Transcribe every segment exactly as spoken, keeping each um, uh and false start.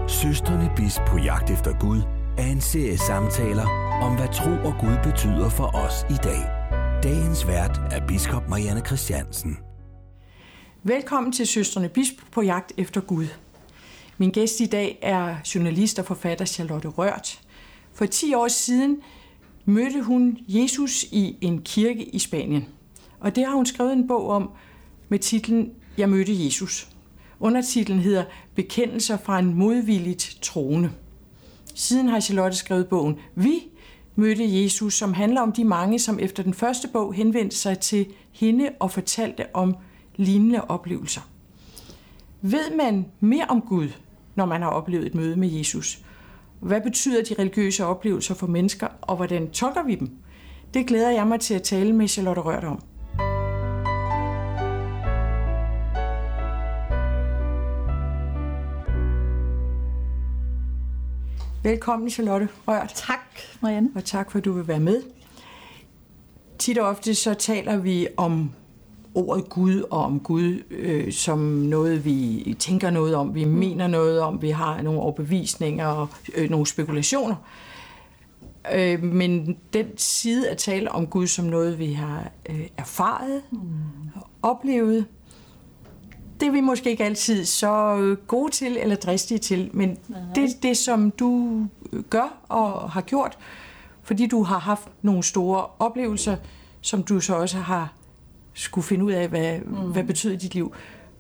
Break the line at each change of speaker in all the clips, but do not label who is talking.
Søstrene Bisp på jagt efter Gud er en serie samtaler om, hvad tro og Gud betyder for os i dag. Dagens vært er biskop Marianne Christiansen.
Velkommen til Søstrene Bisp på jagt efter Gud. Min gæst i dag er journalist og forfatter Charlotte Rørt. For ti år siden mødte hun Jesus i en kirke i Spanien. Og det har hun skrevet en bog om med titlen Jeg mødte Jesus. Undertitlen hedder Bekendelser fra en modvilligt troende. Siden har Charlotte skrevet bogen Vi mødte Jesus, som handler om de mange, som efter den første bog henvendte sig til hende og fortalte om lignende oplevelser. Ved man mere om Gud, når man har oplevet et møde med Jesus? Hvad betyder de religiøse oplevelser for mennesker, og hvordan tolker vi dem? Det glæder jeg mig til at tale med Charlotte Rørt om. Velkommen, Charlotte Rørt.
Tak, Marianne.
Og tak, for at du vil være med. Tit og ofte så taler vi om ordet Gud, og om Gud øh, som noget, vi tænker noget om, vi mener noget om, vi har nogle overbevisninger og øh, nogle spekulationer. Øh, men den side at tale om Gud som noget, vi har øh, erfaret mm. og oplevet, det er vi måske ikke altid så gode til eller dristige til, men Nej. det er det, som du gør og har gjort, fordi du har haft nogle store oplevelser, som du så også har skulle finde ud af, hvad, mm. hvad betyder dit liv.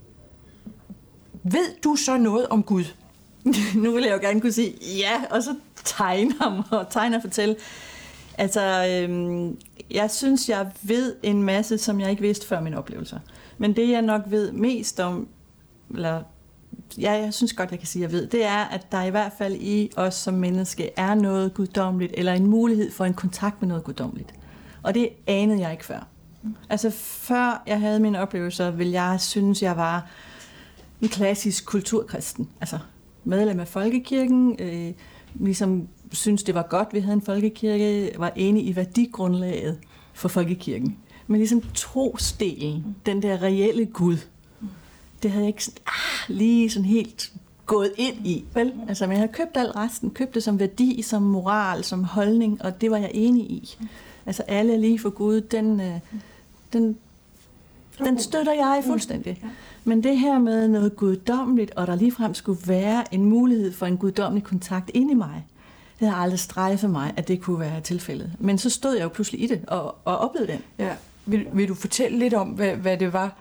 Ved du så noget om Gud?
Nu vil jeg jo gerne kunne sige ja, og så tegne ham og tegne og fortælle. Altså, øhm, jeg synes, jeg ved en masse, som jeg ikke vidste før mine oplevelser. Men det, jeg nok ved mest om, eller ja, jeg synes godt, jeg kan sige, jeg ved, det er, at der i hvert fald i os som menneske er noget guddommeligt, eller en mulighed for en kontakt med noget guddommeligt. Og det anede jeg ikke før. Altså, før jeg havde mine oplevelser, ville jeg synes, jeg var en klassisk kulturkristen. Altså, medlem af folkekirken, øh, ligesom synes, det var godt, vi havde en folkekirke, var enig i værdigrundlaget for folkekirken. Men ligesom trosdelen, den der reelle Gud, det havde jeg ikke sådan, ah, lige sådan helt gået ind i. Vel? Altså, men jeg havde købt al resten, købt det som værdi, som moral, som holdning, og det var jeg enig i. Altså, alle er lige for Gud, den, den, den støtter jeg fuldstændig. Men det her med noget guddommeligt, og der ligefrem skulle være en mulighed for en guddommelig kontakt inde i mig, det havde aldrig strejfet mig, at det kunne være tilfældet. Men så stod jeg jo pludselig i det, og, og oplevede det.
Ja. Vil, vil du fortælle lidt om, hvad, hvad det var,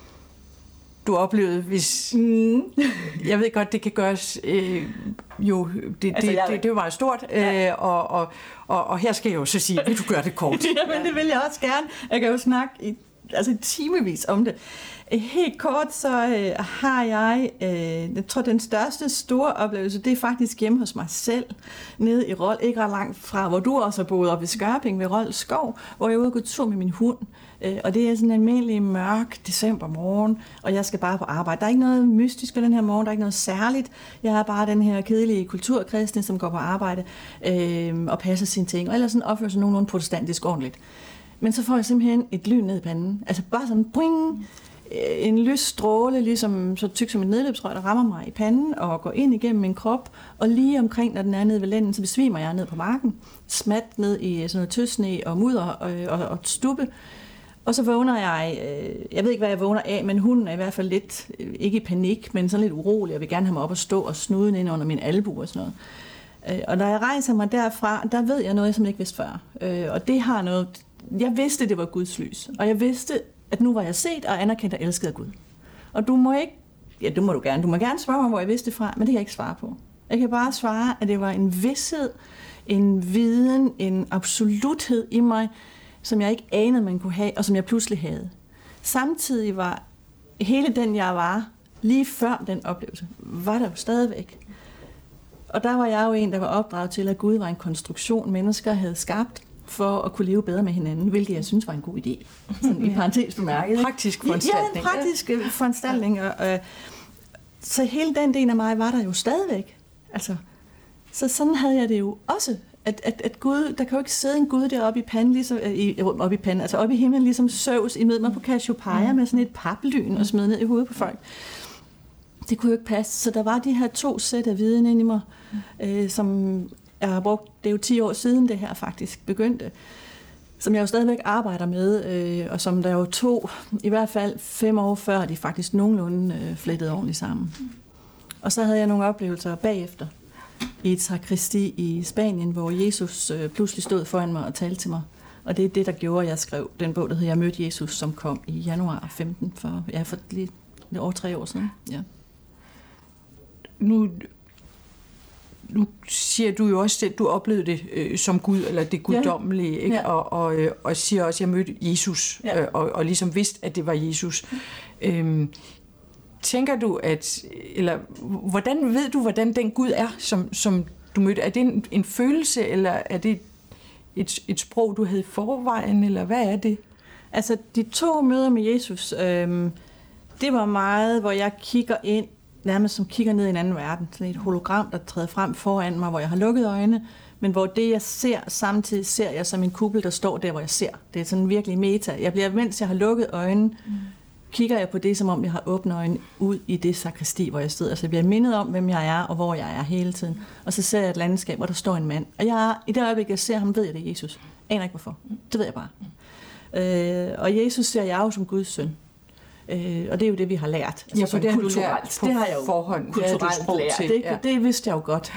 du oplevede, hvis... Mm. Jeg ved godt, det kan gøres... Øh, jo, det, altså, det, jeg... det, det er jo meget stort, ja. øh, og, og, og, og her skal jeg jo så sige, vil du gøre det kort?
Ja, men det vil jeg også gerne. Jeg kan jo snakke i altså timevis om det. Helt kort, så øh, har jeg, øh, jeg tror, den største store oplevelse, det er faktisk hjemme hos mig selv, nede i Rold, ikke ret langt fra, hvor du også har boet oppe i Skørping ved Rold Skov, hvor jeg er ude og gå tur med min hund. Øh, og det er sådan en almindelig mørk decembermorgen, og jeg skal bare på arbejde. Der er ikke noget mystisk ved den her morgen, der er ikke noget særligt. Jeg er bare den her kedelige kulturkristne, som går på arbejde øh, og passer sine ting, og ellers sådan opfører sig nogenlunde protestantisk ordentligt. Men så får jeg simpelthen et lyn ned i panden. Altså bare sådan, boing, en lys stråle, ligesom så tyk som en nedløbsrør, der rammer mig i panden og går ind igennem min krop. Og lige omkring, når den er nede ved lænden, så besvimer jeg ned på marken. Smat ned i sådan noget tøsne og mudder og, og, og stubbe. Og så vågner jeg, jeg ved ikke, hvad jeg vågner af, men hunden er i hvert fald lidt, ikke i panik, men sådan lidt urolig. Jeg vil gerne have mig op og stå og snuden ind under min albu og sådan noget. Og når jeg rejser mig derfra, der ved jeg noget, som jeg ikke vidste før. Og det har noget... Jeg vidste, det var Guds lys, og jeg vidste, at nu var jeg set og anerkendt og elsket af Gud. Og du må ikke, ja, du må du gerne, du må gerne svare mig, hvor jeg vidste det fra, men det kan jeg ikke svare på. Jeg kan bare svare, at det var en vished, en viden, en absoluthed i mig, som jeg ikke anede, man kunne have, og som jeg pludselig havde. Samtidig var hele den, jeg var, lige før den oplevelse, var der jo stadigvæk. Og der var jeg jo en, der var opdraget til, at Gud var en konstruktion, mennesker havde skabt, for at kunne leve bedre med hinanden, hvilket jeg synes var en god idé. Sådan i parentes bemærket.
Praktisk foranstaltning.
Ja, en praktisk foranstaltning. Og, og, så hele den del af mig var der jo stadigvæk. Altså, så sådan havde jeg det jo også. At, at, at Gud, der kan jo ikke sidde en Gud deroppe i panden, ligesom, i, oppe i panden, altså oppe i himlen, ligesom Zeus, imod mig på Cassiopeia med sådan et paplyn og smide ned i hovedet på folk. det kunne jo ikke passe. Så der var de her to sæt af viden inde i mig, mm. øh, som jeg har brugt, det er jo ti år siden det her faktisk begyndte, som jeg jo stadigvæk arbejder med, øh, og som der jo tog i hvert fald fem år før, de faktisk nogenlunde øh, flettede ordentligt sammen. Mm. Og så havde jeg nogle oplevelser bagefter i et sakristi i Spanien, hvor Jesus øh, pludselig stod foran mig og talte til mig. Og det er det, der gjorde, at jeg skrev den bog, der hedder Jeg mødte Jesus, som kom i januar femten, for, ja, for lige over tre år siden. Ja.
Nu, nu siger du jo også, at du oplevede det øh, som Gud, eller det guddommelige, ja. Ikke? Ja. Og, og, og siger også, at jeg mødte Jesus, ja. øh, og, og ligesom vidste, at det var Jesus. Ja. Øhm, tænker du, at, eller hvordan ved du, hvordan den Gud er, som, som du mødte? Er det en, en følelse, eller er det et, et sprog, du havde i forvejen, eller hvad er det?
Altså, de to møder med Jesus, øhm, det var meget, hvor jeg kigger ind, nærmest som kigger ned i en anden verden. Sådan et hologram, der træder frem foran mig, hvor jeg har lukket øjnene, men hvor det, jeg ser, samtidig ser jeg som en kuppel, der står der, hvor jeg ser. Det er sådan virkelig meta. Jeg bliver, mens jeg har lukket øjnene, mm. kigger jeg på det, som om jeg har åbnet øjnene ud i det sakristi, hvor jeg sidder. Så jeg bliver mindet om, hvem jeg er, og hvor jeg er hele tiden. Og så ser jeg et landskab, hvor der står en mand. Og jeg, i det øjeblik, jeg ser ham, ved jeg, det er Jesus. Jeg aner ikke, hvorfor. Det ved jeg bare. Øh, og Jesus ser jeg jo som Guds søn. Øh, og det er jo det, vi har lært. Altså,
ja, for det har du lært på
det har jeg jo
forhånd.
Kulturelt lært. Det, ja. det vidste jeg jo godt.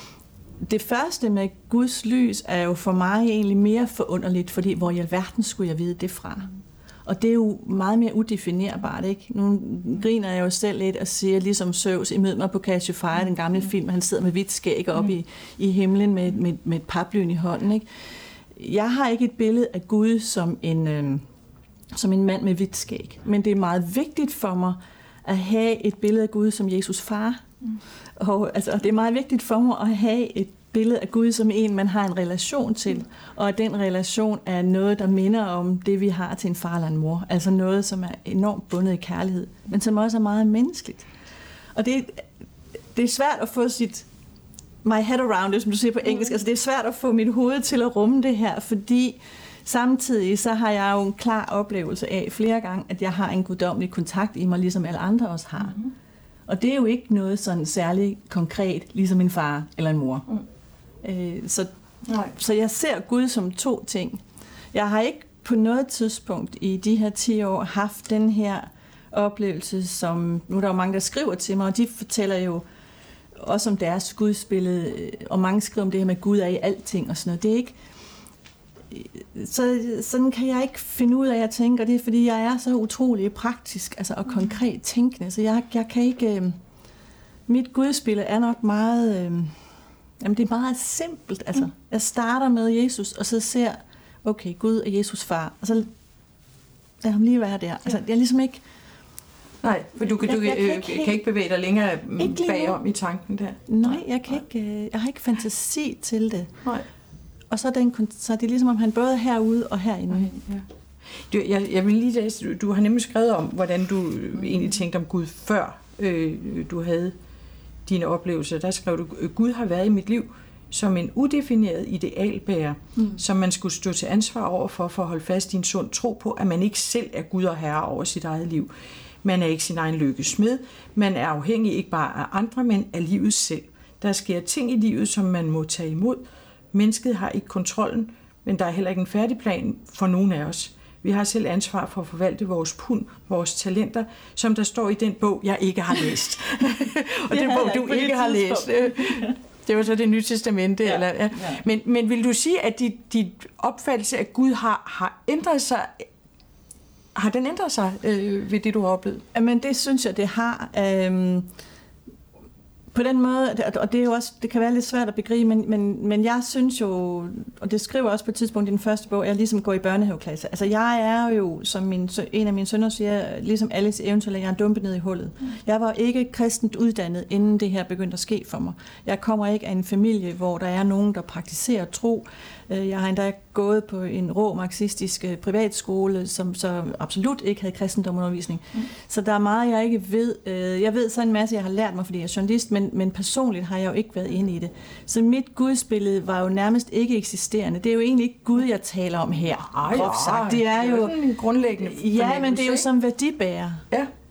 Det første med Guds lys er jo for mig egentlig mere forunderligt, fordi hvor i alverden skulle jeg vide det fra? Og det er jo meget mere udefinerbart, ikke? Nu griner jeg jo selv lidt og siger, ligesom Zeus, I mød mig på Cassiopeia, den gamle film, han sidder med hvidt skæg oppe i, i himlen med, med, med et paraplyn i hånden, ikke? Jeg har ikke et billede af Gud som en, øh, som en mand med hvidt skæg, men det er meget vigtigt for mig at have et billede af Gud som Jesus far. Mm. Og altså, det er meget vigtigt for mig at have et billede af Gud som en, man har en relation til, og at den relation er noget, der minder om det, vi har til en far eller en mor. Altså noget, som er enormt bundet i kærlighed, men som også er meget menneskeligt. Og det, det er svært at få sit my head around it, som du siger på engelsk. Altså det er svært at få mit hoved til at rumme det her, fordi samtidig så har jeg jo en klar oplevelse af flere gange, at jeg har en guddommelig kontakt i mig, ligesom alle andre også har. Mm-hmm. Og det er jo ikke noget sådan særligt konkret, ligesom en far eller en mor. Mm. Øh, så, så jeg ser Gud som to ting. Jeg har ikke på noget tidspunkt i de her ti år haft den her oplevelse, som nu er der jo mange, der skriver til mig, og de fortæller jo også om deres gudsbillede, og mange skriver om det her med Gud er i alting og sådan noget. Det er ikke, så sådan kan jeg ikke finde ud af at tænke, og det er fordi jeg er så utrolig praktisk, altså og konkret tænkende, så jeg, jeg kan ikke, øh, mit gudsbillede er nok meget, øh, jamen det er meget simpelt, altså jeg starter med Jesus, og så ser, okay, Gud er Jesus far, og så lad ham lige være der, altså jeg er ligesom ikke.
Nej, for du, jeg, du jeg, jeg kan, ikke, kan ikke bevæge dig længere ikke bagom i tanken der.
Nej, jeg kan ikke, jeg har ikke fantasi til det.
Nej.
Og så er, den, så er det ligesom, om han både er herude og herinde.
Okay, ja. du, jeg, jeg vil lige læse, du, du har nemlig skrevet om, hvordan du mm. egentlig tænkte om Gud, før øh, du havde dine oplevelser. Der skrev du, Gud har været i mit liv som en udefineret idealbærer, mm. som man skulle stå til ansvar over for, for at holde fast i en sund tro på, at man ikke selv er Gud og herre over sit eget liv. Man er ikke sin egen lykkes smed. Man er afhængig ikke bare af andre, men af livet selv. Der sker ting i livet, som man må tage imod. Mennesket har ikke kontrollen, men der er heller ikke en færdig plan for nogen af os. Vi har selv ansvar for at forvalte vores pund, vores talenter, som der står i den bog, jeg ikke har læst. Og den bog, du ikke har læst. Det var så Det Nye Testamente. Ja, eller, ja. Ja. Men, men vil du sige, at dit, dit opfattelse af Gud har, har ændret sig? Har den ændret sig øh, ved det, du har oplevet?
Jamen, det synes jeg, det har. Øhm, på den måde, og det er jo også, det kan være lidt svært at begribe, men, men, men jeg synes jo, og det skriver også på et tidspunkt i den første bog, jeg ligesom går i børnehaveklasse. Altså, jeg er jo, som min, en af mine sønner siger, ligesom Alice Eventyr, jeg er dumpet ned i hullet. Jeg var ikke kristent uddannet, inden det her begyndte at ske for mig. Jeg kommer ikke af en familie, hvor der er nogen, der praktiserer tro. Jeg har endda gået på en rå marxistisk privatskole, som så absolut ikke havde kristendomundervisning. Mm. Så der er meget, jeg ikke ved. Jeg ved så en masse, jeg har lært mig, fordi jeg er journalist, men, men personligt har jeg jo ikke været inde i det. Så mit gudsbillede var jo nærmest ikke eksisterende. Det er jo egentlig ikke Gud, jeg taler om her.
Ej, ej,
det er jo
en grundlæggende
ja, men det er jo som værdibærer.
Ja.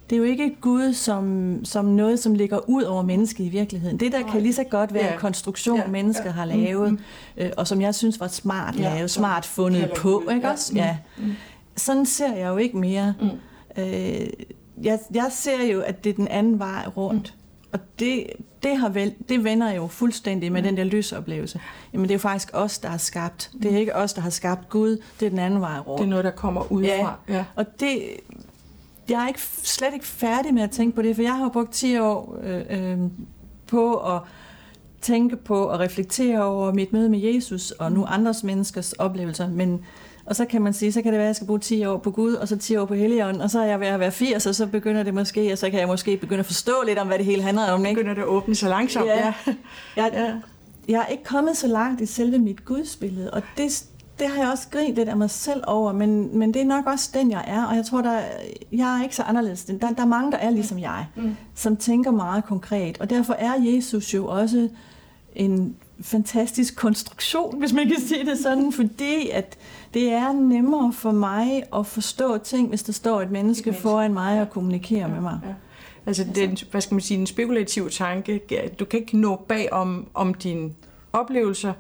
det er jo ikke Gud som, som noget, som ligger ud over mennesket i virkeligheden. Det der Nej. kan lige så godt være ja. en konstruktion, ja. mennesket ja. har lavet, mm-hmm. øh, og som jeg synes var smart ja. lavet, smart fundet på, ikke ja. også? Ja. Mm-hmm. Sådan ser jeg jo ikke mere. Mm. Øh, jeg, jeg ser jo, at det er den anden vej rundt. Mm. Og det, det, har vel, det vender jo fuldstændig med mm. den der lysoplevelse. Jamen det er jo faktisk os, der har skabt. Det er ikke os, der har skabt Gud. Det er den anden vej rundt.
Det er noget, der kommer udefra.
Ja. Ja. Og det, jeg er ikke, slet ikke færdig med at tænke på det, for jeg har jo brugt ti år øh, øh, på at tænke på og reflektere over mit møde med Jesus og nu andres menneskers oplevelser. Men og så kan man sige, så kan det være, at jeg skal bruge ti år på Gud, og så ti år på Helligånden, og så er jeg ved at være firs, og så begynder det måske, og så kan jeg måske begynde at forstå lidt om, hvad det hele handler om. Ikke?
Begynder det at åbne så langsomt, ja. ja.
Jeg, jeg, jeg er ikke kommet så langt i selve mit gudsbillede, og det, det har jeg også grint lidt af mig selv over, men, men det er nok også den, jeg er, og jeg tror, der, jeg er ikke så anderledes. Der, der er mange, der er ligesom jeg, mm. som tænker meget konkret, og derfor er Jesus jo også en fantastisk konstruktion, hvis man kan sige det sådan, fordi at det er nemmere for mig at forstå ting, hvis der står et menneske foran mig og kommunikerer med mig. Ja.
Altså, den, hvad skal man sige, en spekulativ tanke. Du kan ikke nå bag om, om dine oplevelser.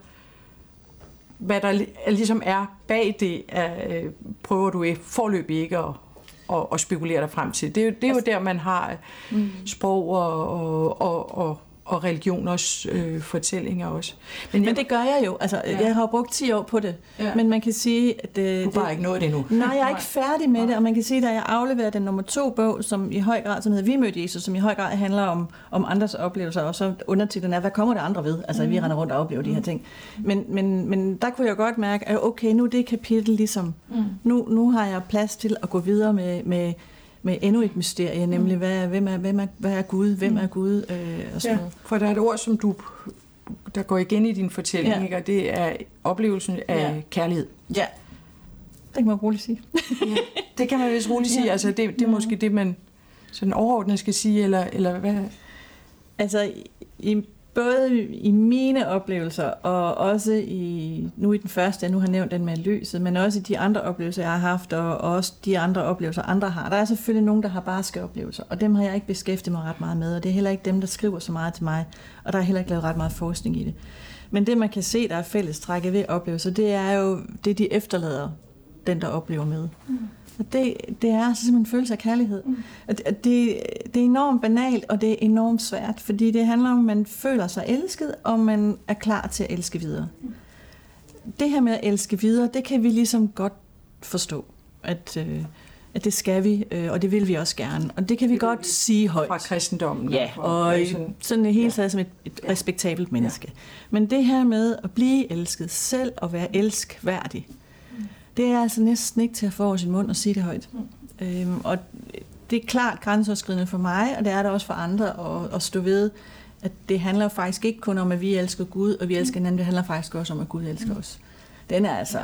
Hvad der ligesom er bag det, er, prøver du forløbig ikke at, at, at spekulere dig frem til. Det er jo, det er jo der, man har mm. sprog og, og, og, og og religioners øh, fortællinger også.
Men, men jeg, det gør jeg jo. Altså, ja. Jeg har brugt ti år på det. Ja. Men man kan sige, at det...
Du har bare ikke nået det endnu.
Nej, jeg er ikke færdig med det, og man kan sige, at jeg afleverer den nummer to bog, som i høj grad, som hedder Vi mødte Jesus, som i høj grad handler om, om andres oplevelser, og så undertitlen er, hvad kommer det andre ved? Altså, mm. vi render rundt og oplever mm. de her ting. Men, men, men der kunne jeg godt mærke, at okay, nu er det kapitel ligesom... Mm. Nu, nu har jeg plads til at gå videre med... med med endnu et mysterie, nemlig hvad, hvem, er, hvem, er, hvad er Gud, hvem er Gud, øh, og sådan
ja, noget. For der er et ord, som du, der går igen i din fortælling, ja. ikke? Og det er oplevelsen af ja. kærlighed.
Ja, det kan man roligt sige.
Ja, det kan man vist roligt sige. Ja. Altså, det, det er måske det, man sådan overordnet skal sige, eller, eller hvad?
Altså, i, både i mine oplevelser, og også i, nu i den første, jeg nu har nævnt den med lyset, men også i de andre oplevelser, jeg har haft, og også de andre oplevelser, andre har. Der er selvfølgelig nogen, der har barske oplevelser, og dem har jeg ikke beskæftiget mig ret meget med, og det er heller ikke dem, der skriver så meget til mig, og der er heller ikke lavet ret meget forskning i det. Men det, man kan se, der er fællestrækket ved oplevelser, det er jo det, de efterlader den, der oplever med. Mm. Og det, det er altså simpelthen en følelse af kærlighed. Mm. Det, det, det er enormt banalt, og det er enormt svært, fordi det handler om, at man føler sig elsket, og man er klar til at elske videre. Mm. Det her med at elske videre, det kan vi ligesom godt forstå, at, øh, at det skal vi, øh, og det vil vi også gerne. Og det kan vi det godt sige højt.
Fra kristendommen.
Ja, og sådan, sådan det hele taget ja. som et, et ja. respektabelt menneske. Ja. Men det her med at blive elsket selv, og være elskværdig, det er altså næsten ikke til at få over sin mund og sige det højt. Mm. Øhm, og det er klart grænseoverskridende for mig, og det er det også for andre at, at stå ved, at det handler faktisk ikke kun om, at vi elsker Gud, og vi elsker hinanden, det handler faktisk også om, at Gud elsker os. Den er altså,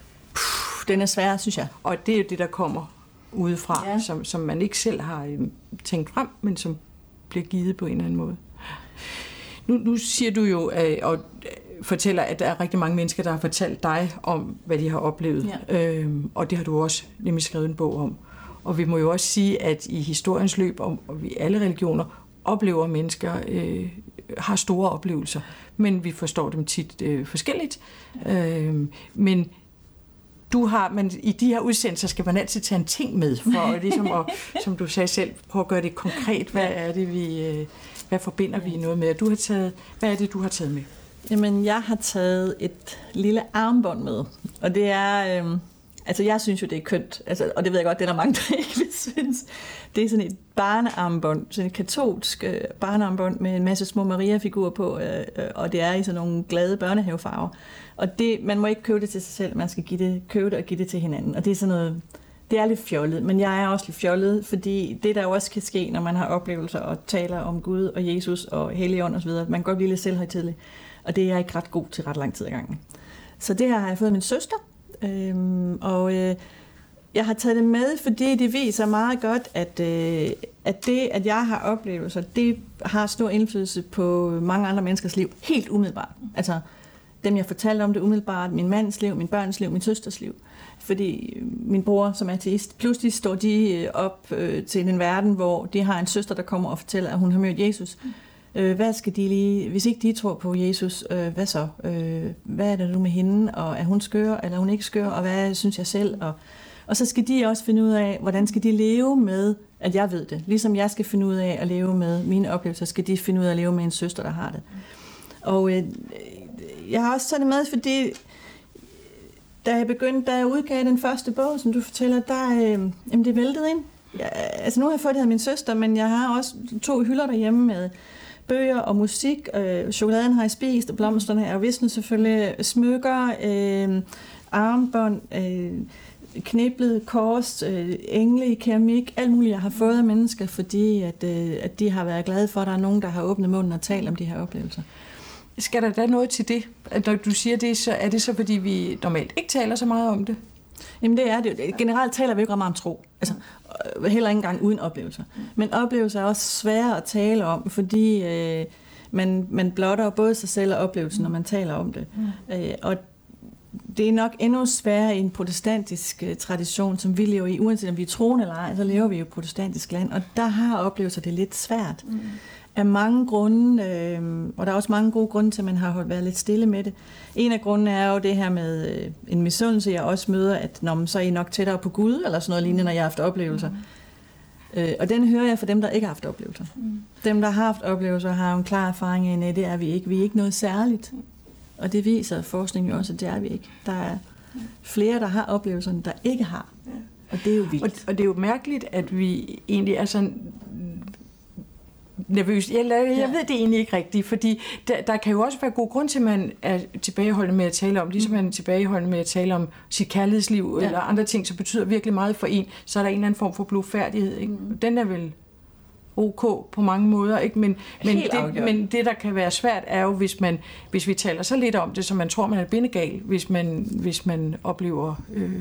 puh, den er svær, synes jeg.
Og det er jo det, der kommer udefra, ja. som, som man ikke selv har tænkt frem, men som bliver givet på en eller anden måde. Nu, nu siger du jo, og fortæller, at der er rigtig mange mennesker, der har fortalt dig om, hvad de har oplevet. Ja. Øhm, og det har du også nemlig skrevet en bog om. Og vi må jo også sige, at i historiens løb, og i alle religioner, oplever mennesker, øh, har store oplevelser. Men vi forstår dem tit øh, forskelligt. Ja. Øhm, men du har, men i de her udsendelser skal man altid tage en ting med, for ligesom at, som du sagde selv, prøve at gøre det konkret. Hvad er det, vi, øh, hvad forbinder vi noget med? Du har taget, hvad er det, du har taget med?
Jamen, jeg har taget et lille armbånd med, og det er, øh, altså jeg synes jo, det er kønt, altså, og det ved jeg godt, det er der mange, der ikke synes. Det er sådan et barnearmbånd, sådan et katolsk øh, barnearmbånd med en masse små Maria-figurer på, øh, øh, og det er i sådan nogle glade børnehavefarver. Og det, man må ikke købe det til sig selv, man skal give det, købe det og give det til hinanden, og det er sådan noget, det er lidt fjollet, men jeg er også lidt fjollet, fordi det, der jo også kan ske, når man har oplevelser og taler om Gud og Jesus og Helligånd og så videre, man kan godt blive lidt selvhøjtidelig. Og det er jeg ikke ret god til ret lang tid ad gangen. Så det her har jeg fået af min søster. Øhm, og øh, jeg har taget det med, fordi det viser meget godt, at, øh, at det, at jeg har oplevelser, det har stor indflydelse på mange andre menneskers liv. Helt umiddelbart. Altså dem, jeg fortalte om det umiddelbart. Min mands liv, min børns liv, min søsters liv. fordi min bror, som er ateist, pludselig står de op øh, til en verden, hvor de har en søster, der kommer og fortæller, at hun har mødt Jesus. Øh, hvad skal de lige, hvis ikke de tror på Jesus, øh, hvad så? Øh, hvad er det nu med hende, og er hun skør, eller er hun ikke skør, og hvad synes jeg selv? Og, og så skal de også finde ud af, hvordan skal de leve med, at jeg ved det. Ligesom jeg skal finde ud af at leve med mine oplevelser, skal de finde ud af at leve med en søster, der har det. Og øh, jeg har også taget det med, fordi da jeg begyndte, da jeg udgav den første bog, som du fortæller, der øh, jamen det væltede ind. Jeg, altså nu har jeg fået det af min søster, men jeg har også to hylder derhjemme med bøger og musik. Øh, chokoladen har jeg spist, og blomsterne er visnet selvfølgelig, smykker, øh, armbånd, øh, kniblet kors, øh, engle i keramik, alt muligt, jeg har fået af mennesker, fordi at, øh, at de har været glade for, at der er nogen, der har åbnet munden og talt om de her oplevelser.
Skal der da noget til det? Når du siger det, så er det så, fordi vi normalt ikke taler så meget om det?
Jamen det er det. Generelt taler vi ikke meget om tro. Altså, heller ikke engang uden oplevelser. Men oplevelser er også svære at tale om, fordi øh, man, man blotter både sig selv og oplevelsen, når man taler om det. Mm. Øh, og det er nok endnu sværere i en protestantisk uh, tradition, som vi lever i. Uanset om vi er troende eller ej, så lever vi jo i et protestantisk land. Og der har oplevelser det lidt svært. Mm. Af mange grunde, øh, og der er også mange gode grunde til, at man har holdt været lidt stille med det. En af grundene er jo det her med øh, en misundelse, jeg også møder, at når man så er I nok tættere på Gud, eller sådan noget lignende, når jeg har haft oplevelser. Mm. Øh, og den hører jeg fra dem, der ikke har haft oplevelser. Mm. Dem, der har haft oplevelser, har jo en klar erfaring af, det er vi ikke. Vi er ikke noget særligt. Og det viser forskningen jo også, at det er vi ikke. Der er flere, der har oplevelser, der ikke har. Og det er jo vildt.
Og, og det er jo mærkeligt, at vi egentlig er sådan nervøs. Jeg, jeg, jeg ved det egentlig ikke rigtigt, fordi der, der kan jo også være god grund til, at man er tilbageholdende med at tale om, ligesom man er tilbageholdende med at tale om sit kærlighedsliv ja. eller andre ting, som betyder virkelig meget for en, så er der en eller anden form for blodfærdighed. Ikke? Mm. Den er vel ok på mange måder, ikke? Men, men, det, men det, der kan være svært, er jo, hvis, man, hvis vi taler så lidt om det, så man tror, man er bindegal, hvis man, hvis man oplever, øh,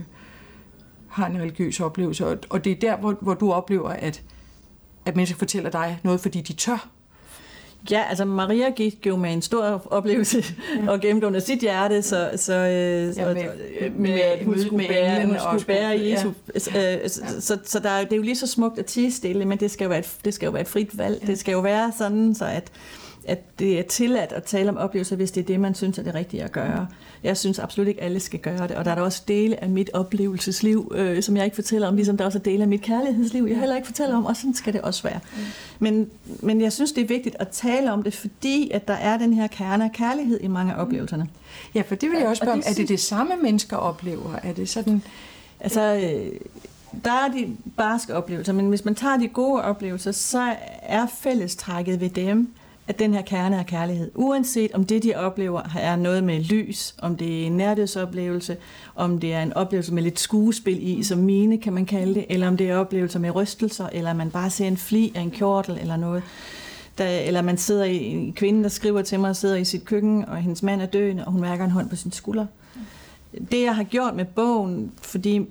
har en religiøs oplevelse. Og, og det er der, hvor, hvor du oplever, at at mennesker fortæller dig noget, fordi de tør.
Ja, altså Maria gik jo med en stor oplevelse ja. og gemte under sit hjerte, så, så, ja, med, med, med, at hun skulle bære, hun skulle bære Jesus. Ja. Så, så, så der, det er jo lige så smukt at tie stille, men det skal jo være et, det skal jo være et frit valg. Ja. Det skal jo være sådan, så at, at det er tilladt at tale om oplevelser, hvis det er det, man synes er det rigtige at gøre. Jeg synes absolut ikke, alle skal gøre det, og der er der også dele af mit oplevelsesliv, øh, som jeg ikke fortæller om, ligesom der også er dele af mit kærlighedsliv, jeg heller ikke fortæller om, og sådan skal det også være. Mm. Men, men jeg synes, det er vigtigt at tale om det, fordi at der er den her kerne af kærlighed i mange af oplevelserne.
Ja, for det vil jeg også spørge om, er det det samme, mennesker oplever? Er det sådan...
Altså... Øh, der er de barske oplevelser, men hvis man tager de gode oplevelser, så er fællestrækket ved dem, at den her kerne er kærlighed. Uanset om det, de oplever, er noget med lys, om det er en nærhedsoplevelse, om det er en oplevelse med lidt skuespil i, som mine kan man kalde det, eller om det er oplevelser med rystelser, eller man bare ser en fli af en kjortel eller noget. Der, eller man sidder i en kvinde, der skriver til mig, sidder i sit køkken, og hendes mand er døende, og hun mærker en hånd på sin skulder. Det, jeg har gjort med bogen, fordi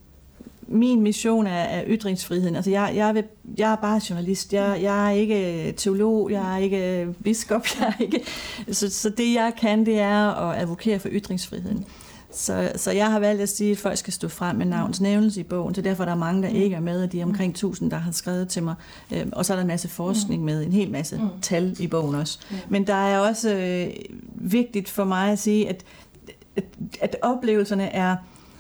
min mission er, er ytringsfriheden. Altså jeg, jeg, er, jeg er bare journalist. Jeg, jeg er ikke teolog, jeg er ikke biskop. Jeg er ikke, så, så det, jeg kan, det er at advokere for ytringsfriheden. Så, så jeg har valgt at sige, at folk skal stå frem med navns nævnelse i bogen. Så derfor er der mange, der ikke er med, og de er omkring tusind, der har skrevet til mig. Og så er der en masse forskning med, en hel masse tal i bogen også. Men der er også øh, vigtigt for mig at sige, at, at, at oplevelserne er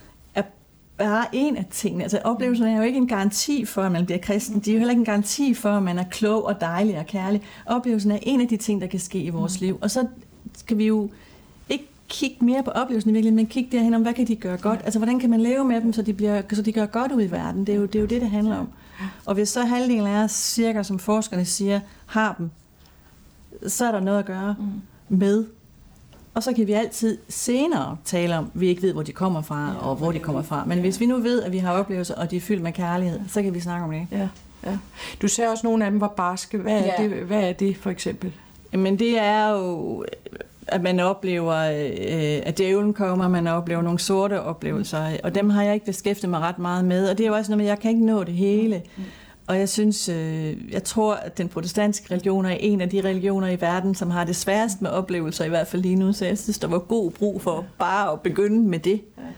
bare en af tingene. Altså oplevelserne er jo ikke en garanti for, at man bliver kristen. De er jo heller ikke en garanti for, at man er klog og dejlig og kærlig. Oplevelsen er en af de ting, der kan ske i vores liv. Og så skal vi jo ikke kigge mere på oplevelsen i virkeligheden, men kigge derhen om, hvad kan de gøre godt? Altså hvordan kan man leve med dem, så de, bliver, så de gør godt ud i verden? Det er jo det, er jo det, det handler om. Og hvis så halvdelen af os, cirka som forskerne siger, har dem, så er der noget at gøre med. Og så kan vi altid senere tale om, vi ikke ved, hvor de kommer fra, ja, og hvor de kommer fra. Men hvis vi nu ved, at vi har oplevelser, og de er fyldt med kærlighed, så kan vi snakke om det.
Ja, ja. Du sagde også, at nogle af dem var barske. Hvad er, ja. det, hvad er det for eksempel?
Men det er jo, at man oplever, at djævlen kommer, man oplever nogle sorte oplevelser, og dem har jeg ikke beskæftiget mig ret meget med. Og det er jo også noget med, at jeg kan ikke nå det hele. Og jeg synes, øh, jeg tror, at den protestantiske religion er en af de religioner i verden, som har det sværest med oplevelser, i hvert fald lige nu. Så jeg synes, der var god brug for bare at begynde med det.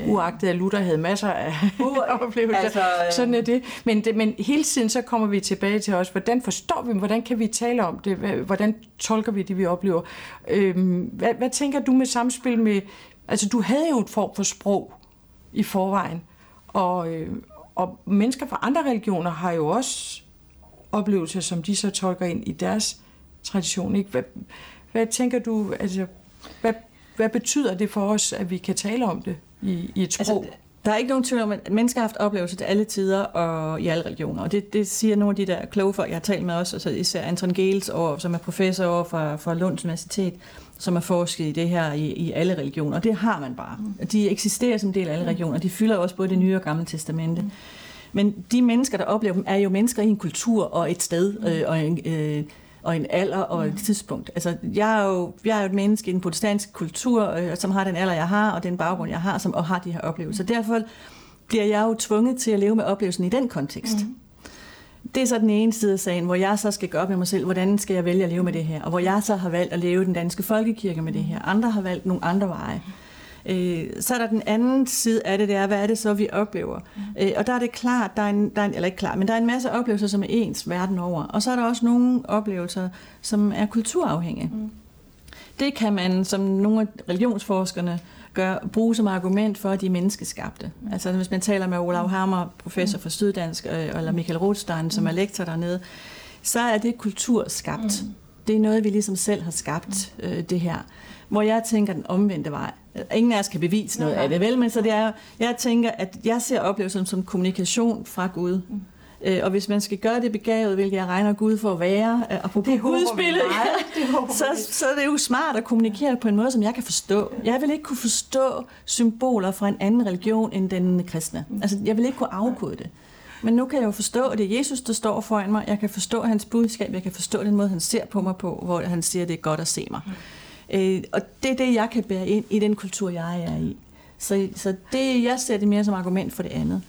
uagtet at Luther havde masser af uh, oplevelser. Altså, øh... Sådan er det. Men, det. Men hele tiden så kommer vi tilbage til os, hvordan forstår vi, hvordan kan vi tale om det, hvordan tolker vi det, vi oplever. Øhm, hvad, hvad tænker du med samspil med, altså du havde jo et form for sprog i forvejen, og, øh, og mennesker fra andre religioner har jo også oplevelser, som de så tolker ind i deres tradition. Ikke? Hvad, hvad tænker du, altså, hvad, hvad betyder det for os, at vi kan tale om det i, i et sprog?
Altså, der er ikke nogen tvivl om, at mennesker har haft oplevelser til alle tider og i alle religioner. Og det, det siger nogle af de der kloge folk, jeg har talt med også, altså især Anton Geels, som er professor over fra, fra Lunds Universitet, som har forsket i det her i, i alle religioner. Og det har man bare. De eksisterer som del af alle religioner. De fylder også både det nye og gamle testamente. Men de mennesker, der oplever dem, er jo mennesker i en kultur og et sted øh, og en... Øh, og en alder og et tidspunkt. Altså, jeg er jo, jeg er jo et menneske i den protestantiske kultur, øh, som har den alder, jeg har, og den baggrund, jeg har, som og har de her oplevelser. Derfor bliver jeg jo tvunget til at leve med oplevelsen i den kontekst. Mm. Det er så den ene side af sagen, hvor jeg så skal gøre op med mig selv, hvordan skal jeg vælge at leve med det her, og hvor jeg så har valgt at leve i den danske folkekirke med det her. Andre har valgt nogle andre veje. Øh, så er der den anden side af det, det er, hvad er det så, vi oplever? Mm. Øh, og der er det klart, der er en, der er en, eller ikke klart, men der er en masse oplevelser, som er ens verden over. Og så er der også nogle oplevelser, som er kulturafhængige. Mm. Det kan man, som nogle af religionsforskerne gør, bruge som argument for, at de er menneskeskabte. Mm. Altså hvis man taler med Olav Hammer, professor for Syddansk, øh, eller Michael Rothstein, mm. som er lektor dernede, så er det kulturskabt. Mm. Det er noget, vi ligesom selv har skabt, øh, det her. Hvor jeg tænker den omvendte vej. Ingen af os kan bevise noget af det, vel? Men så det er, jeg tænker, at jeg ser oplevelsen som kommunikation fra Gud. Mm. Øh, og hvis man skal gøre det begavet, hvilket jeg regner Gud for at være, øh, og på Gudsbilledet, så, så er det jo smart at kommunikere på en måde, som jeg kan forstå. Jeg vil ikke kunne forstå symboler fra en anden religion end den kristne. Altså, jeg vil ikke kunne afkode det. Men nu kan jeg jo forstå, at det er Jesus, der står foran mig. Jeg kan forstå hans budskab. Jeg kan forstå den måde, han ser på mig på, hvor han siger, at det er godt at se mig. Øh, og det er det, jeg kan bære ind i den kultur, jeg er i. Så, så det, jeg ser det mere som argument for det andet.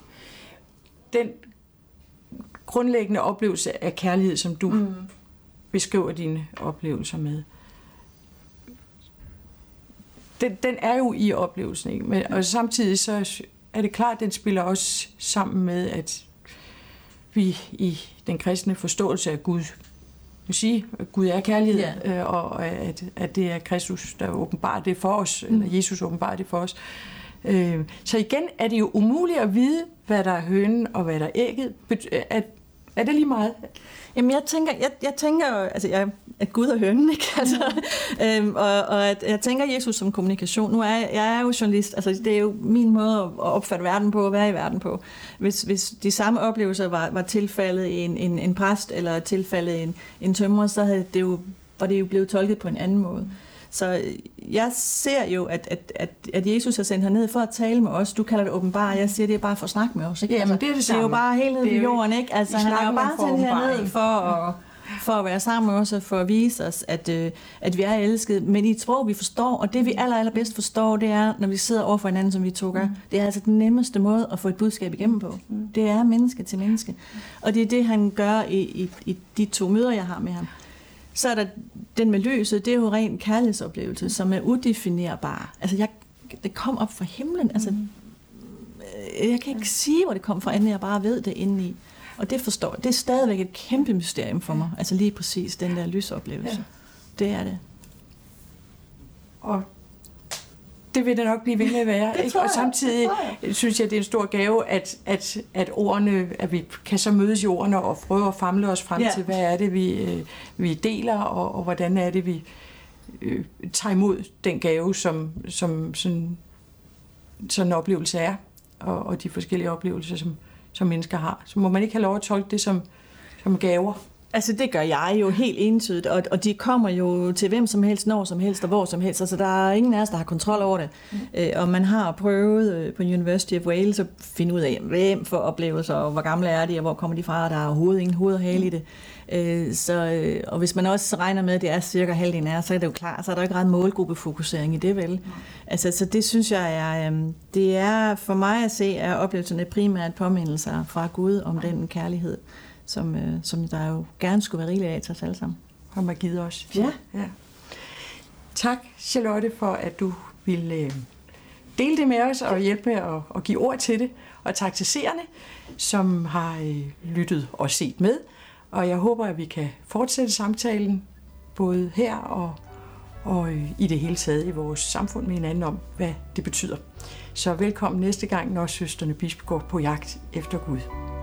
Den grundlæggende oplevelse af kærlighed, som du mm. beskriver dine oplevelser med, den, den er jo i oplevelsen, ikke? Men, og samtidig så er det klart, at den spiller også sammen med, at vi i den kristne forståelse af Gud, vil sige, at Gud er kærlighed, yeah. øh, og at, at det er Kristus, der åbenbarer det for os, mm. eller Jesus åbenbarer det for os. Øh, så igen er det jo umuligt at vide, hvad der er hønen og hvad der er ægget. Er, er det lige meget?
Jamen jeg tænker, jeg, jeg tænker altså jeg, at Gud er hønen, ikke? Altså, mm. øhm, og, og at jeg tænker Jesus som kommunikation. Nu er jeg, jeg er jo journalist, altså det er jo min måde at opfatte verden på, at være i verden på. Hvis, hvis de samme oplevelser var, var tilfældet en, en, en præst eller tilfældet en, en tømrer, så havde det jo, var det jo blevet tolket på en anden måde. Så jeg ser jo, at, at, at, at Jesus har sendt herned for at tale med os. Du kalder det åbenbare. Jeg siger, det er bare for at snakke med os. Ikke?
Jamen, det er det samme.
Det er jo bare hele det jorden, ikke? Altså, han er jo bare sendt herned for at, for at være sammen med os og for at vise os, at, at vi er elsket. Men i et sprog, vi forstår, og det vi aller, allerbedst forstår, det er, når vi sidder over for hinanden, som vi to gør. Mm. Det er altså den nemmeste måde at få et budskab igennem på. Mm. Det er menneske til menneske. Og det er det, han gør i, i, i de to møder, jeg har med ham. Så er der den med lyset, det er jo ren kærlighedsoplevelse, som er udefinerbar. Altså, jeg, det kom op fra himlen. Altså, jeg kan ikke sige, hvor det kom fra, inden jeg bare ved det indeni. Og det forstår jeg. Det er stadigvæk et kæmpe mysterium for mig. Altså lige præcis den der lysoplevelse. Ja. Det er det.
Og det vil det nok blive ved med at være. Ikke? Og samtidig jeg. synes jeg, det er en stor gave, at, at, at ordene, at vi kan så mødes i ordene og prøve at famle os frem ja. til, hvad er det, vi, øh, vi deler, og, og hvordan er det, vi øh, tager imod den gave, som, som sådan, sådan en oplevelse er, og, og de forskellige oplevelser, som, som mennesker har. Så må man ikke have lov at tolke det som, som gaver.
Altså det gør jeg jo helt entydigt, og, og de kommer jo til hvem som helst, når som helst og hvor som helst. Altså der er ingen af os, der har kontrol over det. Mm. Øh, og man har prøvet øh, på University of Wales at finde ud af, hvem får oplevelser, og hvor gamle er de, og hvor kommer de fra, og der er overhovedet ingen hoved og hale i det. Øh, så, øh, og hvis man også regner med, at det er cirka halvdelen af, så er det jo klart, så er der ikke ret målgruppefokusering i det, vel? Mm. Altså, så det synes jeg er, øh, det er for mig at se, er oplevelserne primært påmindelser fra Gud om den kærlighed, Som, øh, som der jo gerne skulle være rigeligt af til os alle sammen.
Har man givet os.
Ja.
ja. Tak, Charlotte, for at du ville øh, dele det med os og hjælpe med at, at give ord til det. Og tak til seerne, som har øh, lyttet og set med. Og jeg håber, at vi kan fortsætte samtalen, både her og, og øh, i det hele taget i vores samfund med hinanden om, hvad det betyder. Så velkommen næste gang, når søstrene Bisp går på jagt efter Gud.